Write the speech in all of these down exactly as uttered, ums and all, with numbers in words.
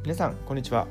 皆さんこんにちは。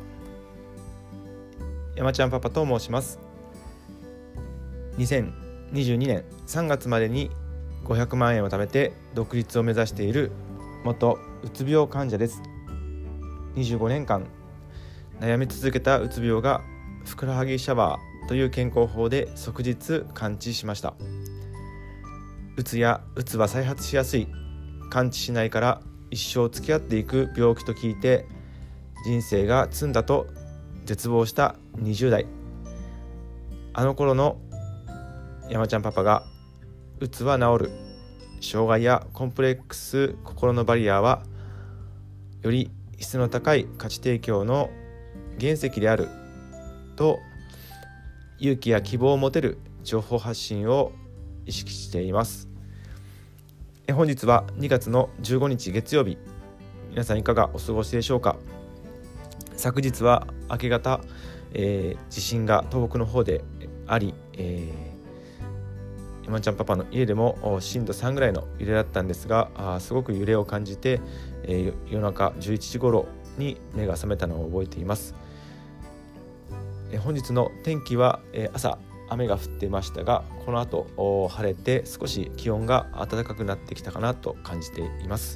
山ちゃんパパと申します。にせんにじゅうにねんさんがつまでにごひゃくまんえんを貯めて独立を目指している元うつ病患者です。にじゅうごねんかん悩み続けたうつ病がふくらはぎシャワーという健康法で即日完治しました。うつやうつは再発しやすい、完治しないから一生付き合っていく病気と聞いて人生が詰んだと絶望したにじゅうだい、あの頃の山ちゃんパパがうつは治る、障害やコンプレックス、心のバリアはより質の高い価値提供の原石であると勇気や希望を持てる情報発信を意識しています。え本日はにがつのじゅうごにち月曜日、皆さんいかがお過ごしでしょうか。昨日は明け方、えー、地震が東北の方であり、えー、山ちゃんパパの家でも震度さんぐらいの揺れだったんですが、あすごく揺れを感じて、えー、夜中じゅういちじ頃に目が覚めたのを覚えています。えー、本日の天気は、えー、朝雨が降っていましたが、この後晴れて少し気温が暖かくなってきたかなと感じています。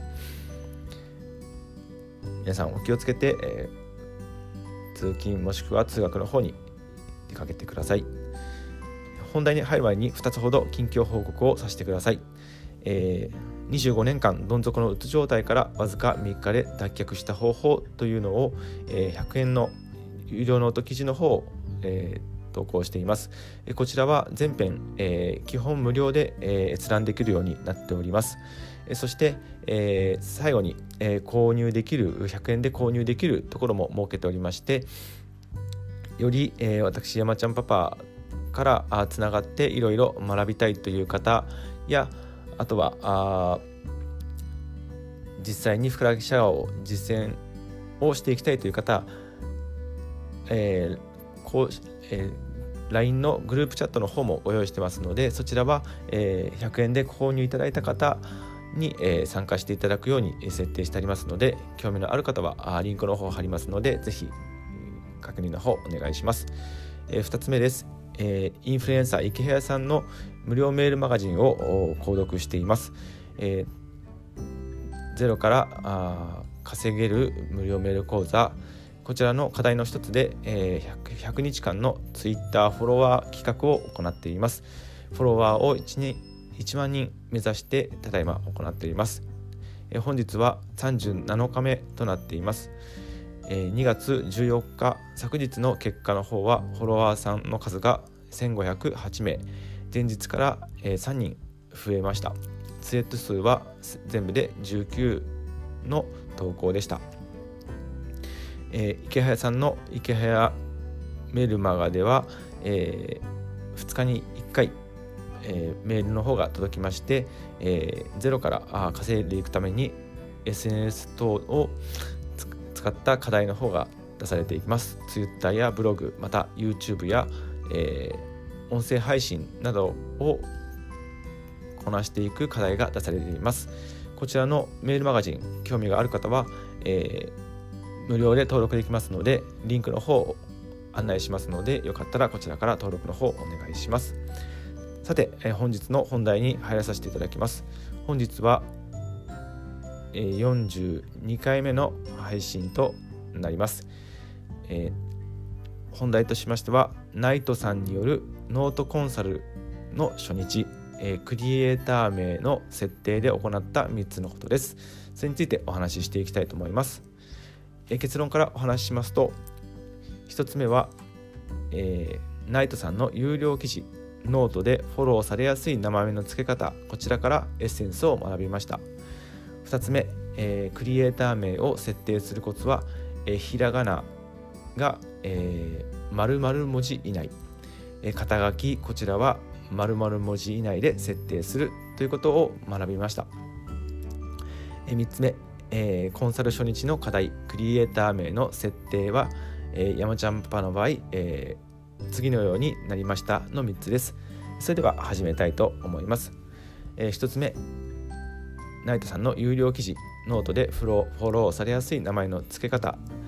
皆さんお気をつけて、えー通勤もしくは通学の方に出かけてください。本題に入る前にふたつほど近況報告をさせてください。えー、にじゅうごねんかんどん底のうつ状態からわずかみっかで脱却した方法というのを、えー、ひゃくえんの有料ノート記事の方を、えー、投稿しています。こちらは全編、えー、基本無料で、えー、閲覧できるようになっております。そして、えー、最後に、えー、購入できるひゃくえんで購入できるところも設けておりまして、より、えー、私山ちゃんパパからつながっていろいろ学びたいという方や、あとはあ実際にふくらはぎシャワーを実践をしていきたいという方、えーこうえー、ライン のグループチャットの方もご用意してますので、そちらは、えー、ひゃくえんで購入いただいた方に、えー、参加していただくように設定してありますので、興味のある方はリンクの方を貼りますので、ぜひ確認の方お願いします。えー、ふたつめです。えー、インフルエンサー池早さんの無料メールマガジンを購読しています。えー、ゼロからあ稼げる無料メール講座、こちらの課題の一つで、えー、100, ひゃくにちかんのツイッターフォロワー企画を行っています。フォロワーを 1, いちまんにん目指してただいま行っています。えー、本日はさんじゅうなのかめとなっています。にがつじゅうよっか、昨日の結果の方はフォロワーさんの数がせんごひゃくはちめい、前日からさんにん増えました。ツイート数は全部でじゅうきゅうの投稿でした。えー、池早さんの池早メルマガでは、えー、ふつかにいっかい、えー、メールの方が届きまして、えー、ゼロから稼いでいくために エスエヌエス 等を使った課題の方が出されていきます。 Twitter やブログ、また YouTube や、えー、音声配信などをこなしていく課題が出されています。こちらのメールマガジン興味がある方は、えー、無料で登録できますので、リンクの方を案内しますので、よかったらこちらから登録の方お願いします。さて、えー、本日の本題に入らさせていただきます。本日はよんじゅうにかいめの配信となります。えー、本題としましては、ナイトさんによるノートコンサルの初日、えー、クリエイター名の設定で行ったみっつのことです。それについてお話ししていきたいと思います。えー、結論からお話ししますと、ひとつめは、えー、ナイトさんの有料記事、ノートでフォローされやすい名前の付け方、こちらからエッセンスを学びました。ふたつめ、えー、クリエイター名を設定するコツは、えー、ひらがなが、えー、丸々文字以内、えー、肩書き、こちらは丸々文字以内で設定するということを学びました。えー、みっつめ、えー、コンサル初日の課題、クリエイター名の設定は、えー、山ちゃんパパの場合、えー、次のようになりましたのみっつです。それでは始めたいと思います。えー、ひとつめ、ナイトさんの有料記事、ノートでフォロー、フォローされやすい名前の付け方、こ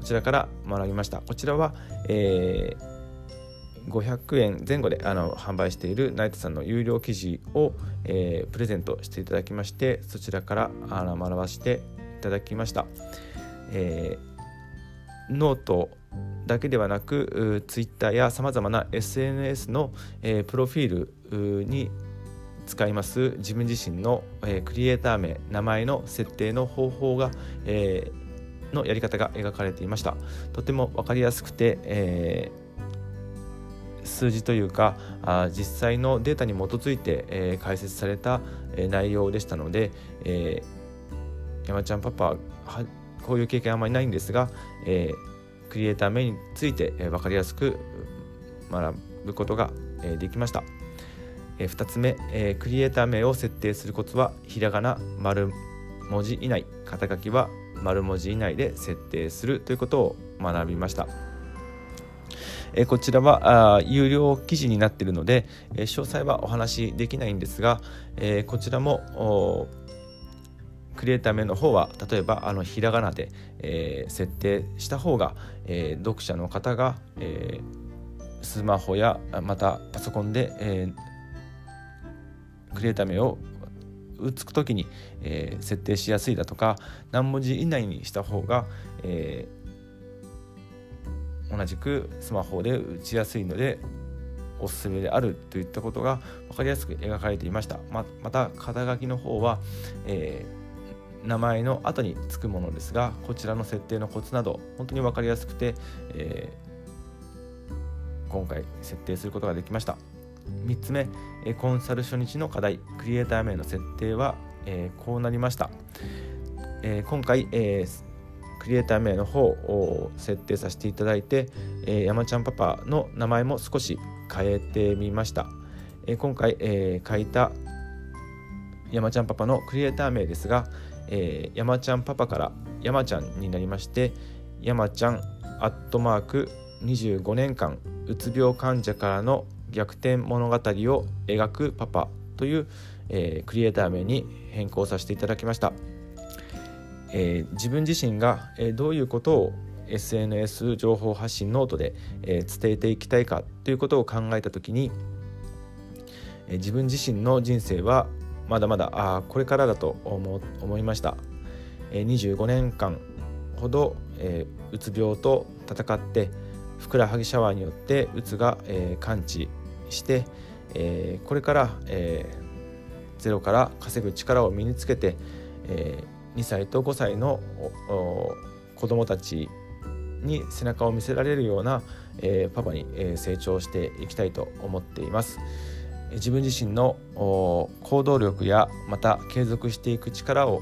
ちらから学びました。こちらは、えー、ごひゃくえんぜん後であの販売しているナイトさんの有料記事を、えー、プレゼントしていただきまして、そちらからあの学ばせていただきました。えー、ノートだけではなくツイッターやさまざまな エスエヌエス の、えー、プロフィールに使います自分自身の、えー、クリエイター名、名前の設定の方法が、えー、のやり方が描かれていました。とても分かりやすくて、えー、数字というかあ実際のデータに基づいて、えー、解説された、えー、内容でしたので、えー、山ちゃんパパはこういう経験あんまりないんですが、えー、クリエイター名について、えー、分かりやすく学ぶことが、えー、できました。ふたつめ、えー、クリエイター名を設定するコツはひらがな丸文字以内、肩書きは丸文字以内で設定するということを学びました。えー、こちらはあ有料記事になっているので、えー、詳細はお話しできないんですが、えー、こちらもクリエイター名の方は例えばあのひらがなで、えー、設定した方が、えー、読者の方が、えー、スマホやまたパソコンで、えークリエイター名を打つときに、えー、設定しやすいだとか、何文字以内にした方が、えー、同じくスマホで打ちやすいのでおすすめであるといったことが分かりやすく描かれていました。 ま, また肩書きの方は、えー、名前の後につくものですが、こちらの設定のコツなど本当に分かりやすくて、えー、今回設定することができました。みっつめ、コンサル初日の課題、クリエイター名の設定は、えー、こうなりました。えー、今回、えー、クリエイター名の方を設定させていただいて、えー、山ちゃんパパの名前も少し変えてみました。えー、今回、えー、書いた山ちゃんパパのクリエイター名ですが、えー、山ちゃんパパから山ちゃんになりまして、山ちゃんアットマークにじゅうごねんかんうつ病患者からの逆転物語を描くパパという、えー、クリエイター名に変更させていただきました。えー、自分自身が、えー、どういうことを エスエヌエス 情報発信ノートで、えー、伝えていきたいかということを考えたときに、えー、自分自身の人生はまだまだあこれからだと 思, 思いました。えー、にじゅうごねんかんほど、えー、うつ病と闘ってふくらはぎシャワーによってうつが、えー、完治して、えー、これから、えー、ゼロから稼ぐ力を身につけて、えー、にさいとごさいの子どもたちに背中を見せられるような、えー、パパに、えー、成長していきたいと思っています。自分自身の行動力やまた継続していく力を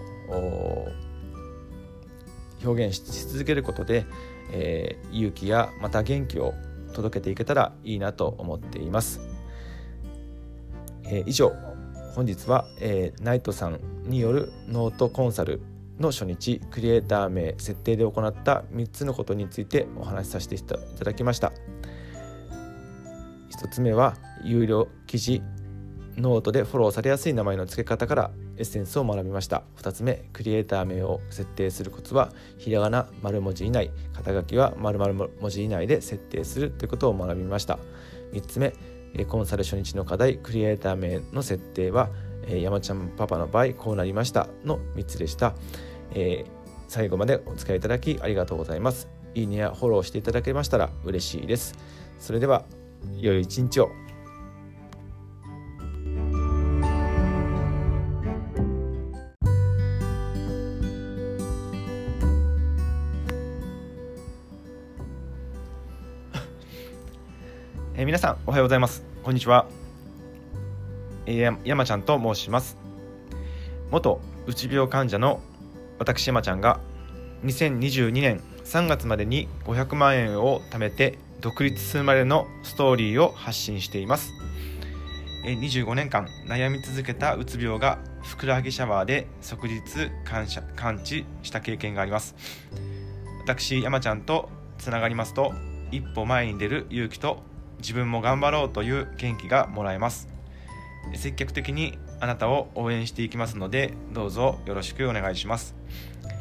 表現し続けることで、えー、勇気やまた元気を届けていけたらいいなと思っています。えー、以上本日は、えー、ナイトさんによるノートコンサルの初日クリエイター名設定で行ったみっつのことについてお話しさせていただきました。ひとつめは有料記事ノートでフォローされやすい名前の付け方からエッセンスを学びました。ふたつめ、クリエイター名を設定するコツはひらがな丸文字以内、肩書きは丸々文字以内で設定するということを学びました。みっつめ、コンサル初日の課題クリエイター名の設定は山ちゃんパパの場合こうなりましたのみっつでした。えー、最後までお付き合いいただきありがとうございます。いいねやフォローしていただけましたら嬉しいです。それでは良い一日を。えー、皆さんおはようございます。こんにちは。えー、山ちゃんと申します。元うつ病患者の私山ちゃんがにせんにじゅうにねんさんがつまでにごひゃくまんえんを貯めて独立するまでのストーリーを発信しています。えー、にじゅうごねんかん悩み続けたうつ病がふくらはぎシャワーで即日完治した経験があります。私山ちゃんとつながりますと一歩前に出る勇気と自分も頑張ろうという元気がもらえます。積極的にあなたを応援していきますのでどうぞよろしくお願いします。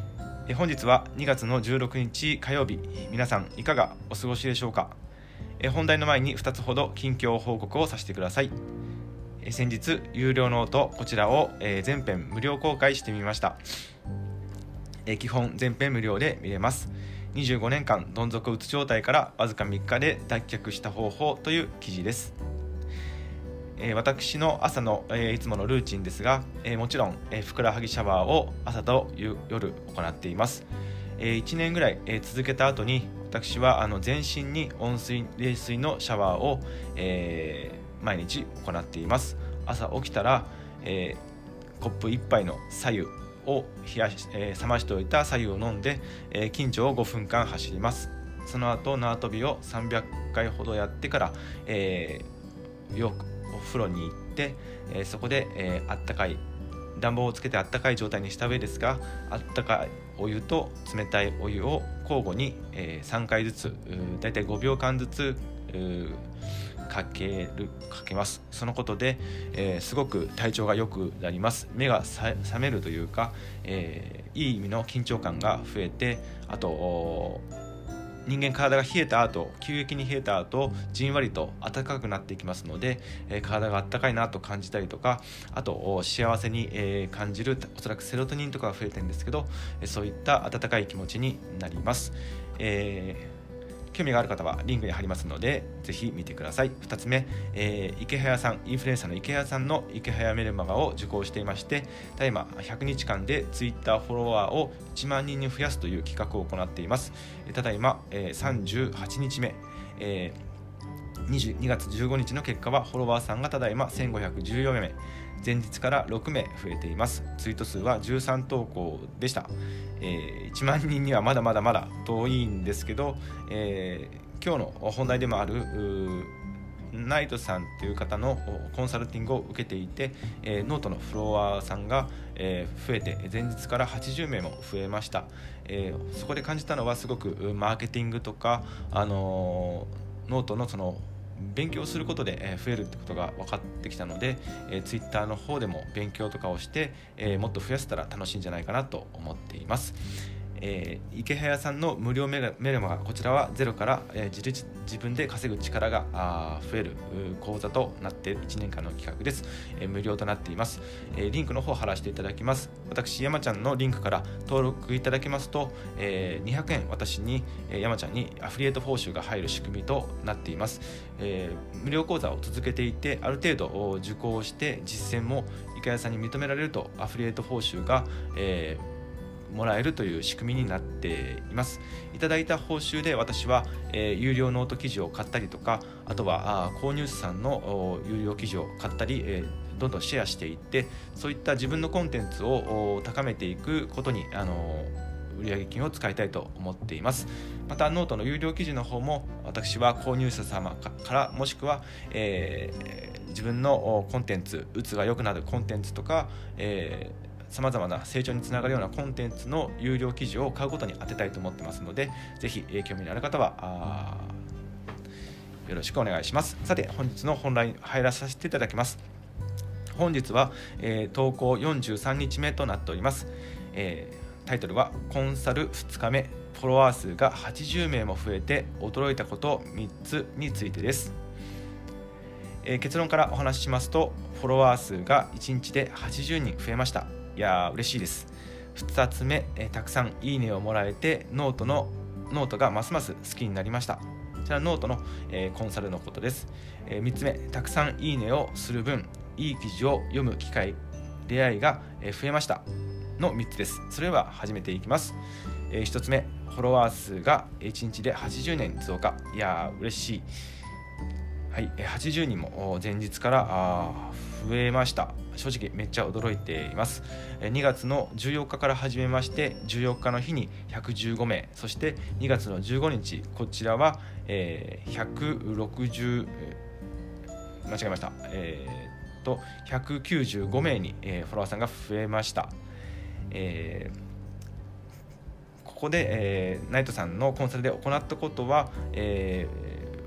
え本日はにがつのじゅうろくにち火曜日、皆さんいかがお過ごしでしょうか。え本題の前にふたつほど近況報告をさせてください。え先日有料ノートこちらを、え全編無料公開してみました。え基本全編無料で見れます。にじゅうごねんかんどん底うつ状態からわずかみっかで脱却した方法という記事です。えー、私の朝の、えー、いつものルーチンですが、えー、もちろん、えー、ふくらはぎシャワーを朝と夜行っています。えー、いちねんぐらい、えー、続けた後に私はあの全身に温水冷水のシャワーを、えー、毎日行っています。朝起きたら、えー、コップいっぱいの白湯を冷やし、えー、冷ましておいた白湯を飲んで、えー、近所をごふんかん走ります。その後縄跳びをさんびゃっかいほどやってから、えー、よくお風呂に行って、えー、そこで、えー、あったかい暖房をつけてあったかい状態にした上ですが、あったかいお湯と冷たいお湯を交互に、えー、さんかいずつだいたいごびょうかんずつかけるかけます。そのことで、えー、すごく体調が良くなります。目が覚めるというか、えー、いい意味の緊張感が増えて、あと人間体が冷えた後、急激に冷えた後じんわりと暖かくなっていきますので、えー、体が暖かいなと感じたりとか、あと幸せに、えー、感じる、おそらくセロトニンとかが増えてるんですけど、そういった温かい気持ちになります。えー興味がある方はリンクに貼りますのでぜひ見てください。ふたつめ、えー、池早さん、インフルエンサーの池早さんの池早メルマガを受講していまして、ただいまひゃくにちかんでツイッターフォロワーをいちまんにんに増やすという企画を行っています。ただいま、えー、さんじゅうはちにちめ、えー、にがつじゅうごにちの結果はフォロワーさんがただいませんごひゃくじゅうよんめい、前日からろくめい増えています。ツイート数はじゅうさんとうこうでした。えー、いちまんにんにはまだまだまだ遠いんですけど、えー、今日の本題でもあるナイトさんという方のコンサルティングを受けていて、えー、ノートのフォロワーさんが、えー、増えて前日からはちじゅうめいも増えました。えー、そこで感じたのはすごくマーケティングとか、あのー、ノートのその勉強することで増えるってことが分かってきたので、えー、ツイッターの方でも勉強とかをして、えー、もっと増やせたら楽しいんじゃないかなと思っています。えー、池早さんの無料メルマガ、こちらはゼロから、えー、自, 自分で稼ぐ力が増える講座となっているいちねんかんの企画です。えー、無料となっています。えー、リンクの方を貼らせていただきます。私山ちゃんのリンクから登録いただけますと、えー、にひゃくえん私に、えー、山ちゃんにアフィリエイト報酬が入る仕組みとなっています。えー、無料講座を続けていて、ある程度受講して実践も池早さんに認められるとアフィリエイト報酬が、えーもらえるという仕組みになっています。いただいた報酬で私は、えー、有料ノート記事を買ったりとか、あとはあ購入者さんの有料記事を買ったり、えー、どんどんシェアしていって、そういった自分のコンテンツを高めていくことに、あのー、売上金を使いたいと思っています。またノートの有料記事の方も私は購入者様からもしくは、えー、自分のコンテンツ、うつが良くなるコンテンツとか、えーさまざまな成長につながるようなコンテンツの有料記事を買うことに当てたいと思ってますので、ぜひ興味のある方はよろしくお願いします。さて本日の本題に入らさせていただきます。本日は、えー、投稿よんじゅうさんにちめとなっております。えー、タイトルはコンサルふつかめ、フォロワー数がはちじゅうめいも増えて驚いたことみっつについてです。えー、結論からお話ししますと、フォロワー数がいちにちではちじゅうにん増えました。いやー嬉しいです。ふたつめ、えー、たくさんいいねをもらえてノートのノートがますます好きになりました。こちらノートの、えー、コンサルのことです。えー、みっつめ、たくさんいいねをする分いい記事を読む機会、出会いが増えましたのみっつです。それでは始めていきます。えー、ひとつめ、フォロワー数がいちにちではちじゅうねん増加。いやー嬉しい。はい、はちじゅうにんも前日から増えました。正直めっちゃ驚いています。にがつのじゅうよっかから始めまして、じゅうよっかの日にひゃくじゅうごめい、そしてにがつのじゅうごにち、こちらはひゃくろくじゅう間違えました、えー、っとひゃくきゅうじゅうごめいにフォロワーさんが増えました。えー、ここで、えー、ナイトさんのコンサルで行ったことは、えー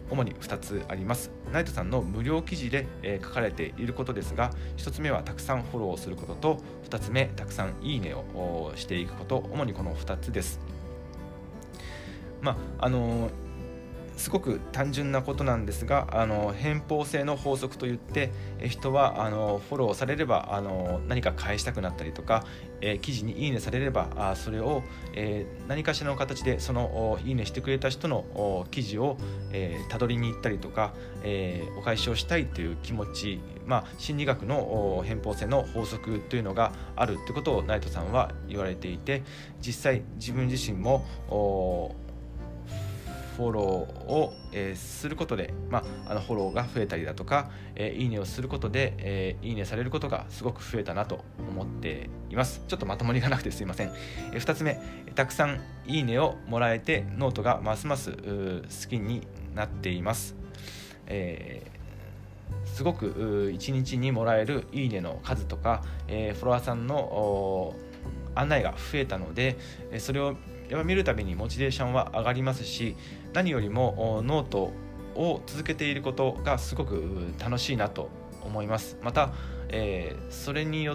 主にふたつあります。ナイトさんの無料記事で、えー、書かれていることですが、ひとつめはたくさんフォローすることと、ふたつめたくさんいいねをしていくこと、主にこのふたつです。まああのーすごく単純なことなんですが、あの偏方性の法則といって、え人はあのフォローされればあの何か返したくなったりとか、えー、記事にいいねされればあそれを、えー、何かしらの形でそのいいねしてくれた人の記事をたど、えー、りに行ったりとか、えー、お返しをしたいという気持ち、まあ、心理学の偏方性の法則というのがあるということをナイトさんは言われていて、実際自分自身もフォローを、えー、することで、まあ、あのフォローが増えたりだとか、えー、いいねをすることで、えー、いいねされることがすごく増えたなと思っています。ちょっとまとまりがなくてすいません。えー、ふたつめ、たくさんいいねをもらえてノートがますます好きになっています。えー、すごくいちにちにもらえるいいねの数とか、えー、フォロワーさんの案内が増えたので、それをやっぱ見るたびにモチベーションは上がりますし、何よりもノートを続けていることがすごく楽しいなと思います。また、えー、それによって、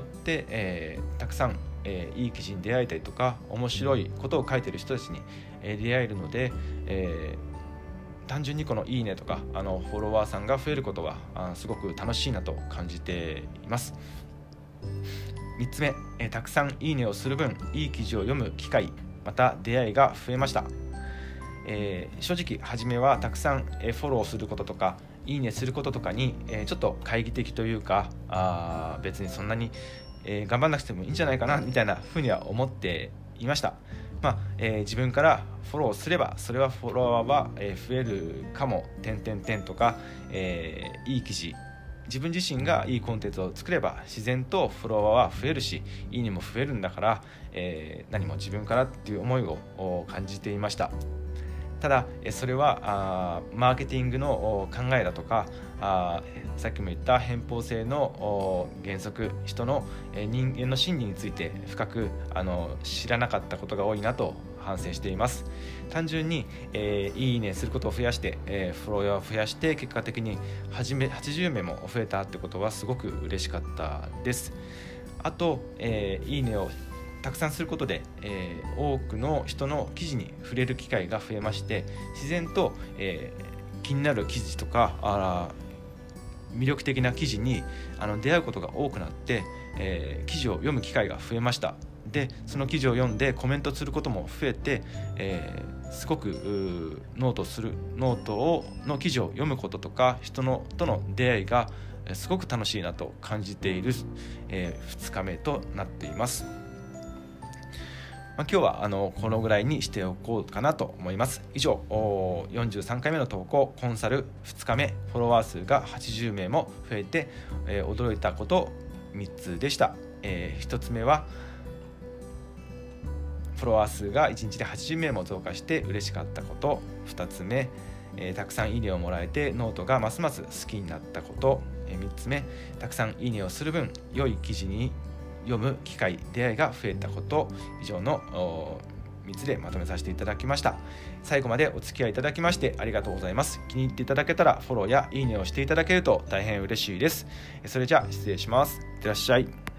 えー、たくさん、えー、いい記事に出会えたりとか、面白いことを書いている人たちに、えー、出会えるので、えー、単純にこのいいねとかあのフォロワーさんが増えることがあすごく楽しいなと感じています。みっつめ、えー、たくさんいいねをする分いい記事を読む機会、また出会いが増えました。えー、正直初めはたくさん、えー、フォローすることとかいいねすることとかに、えー、ちょっと懐疑的というか、あ別にそんなに、えー、頑張んなくてもいいんじゃないかなみたいなふうには思っていました。まあえー、自分からフォローすればそれはフォロワーは、えー、増えるかも点々点とか、えー、いい記事、自分自身がいいコンテンツを作れば自然とフォロワーは増えるし、いいねも増えるんだから、えー、何も自分からっていう思いを感じていました。ただそれはあマーケティングの考えだとか、あさっきも言った偏方性の原則、人の人間の心理について深くあの知らなかったことが多いなと反省しています。単純に、えー、いいねすることを増やして、えー、フォロワーを増やして結果的にはちじゅうめいも増えたってことはすごく嬉しかったです。あと、えー、いいねをたくさんすることで、えー、多くの人の記事に触れる機会が増えまして、自然と、えー、気になる記事とかあ魅力的な記事にあの出会うことが多くなって、えー、記事を読む機会が増えました。でその記事を読んでコメントすることも増えて、えー、すごくノートするノートをの記事を読むこととか人のとの出会いがすごく楽しいなと感じている、えー、ふつかめとなっています。まあ、今日はあのこのぐらいにしておこうかなと思います。以上よんじゅうさんかいめの投稿コンサルふつかめ、フォロワー数がはちじゅうめいも増えて、えー、驚いたことみっつでした。えー、ひとつめはフォロワー数がいちにちではちじゅうめいも増加して嬉しかったこと。ふたつめ、えー、たくさんいいねをもらえてノートがますます好きになったこと。えー、みっつめ、たくさんいいねをする分良い記事に読む機会、出会いが増えたこと。以上のみっつでまとめさせていただきました。最後までお付き合いいただきましてありがとうございます。気に入っていただけたらフォローやいいねをしていただけると大変嬉しいです。それじゃあ失礼します。いってらっしゃい。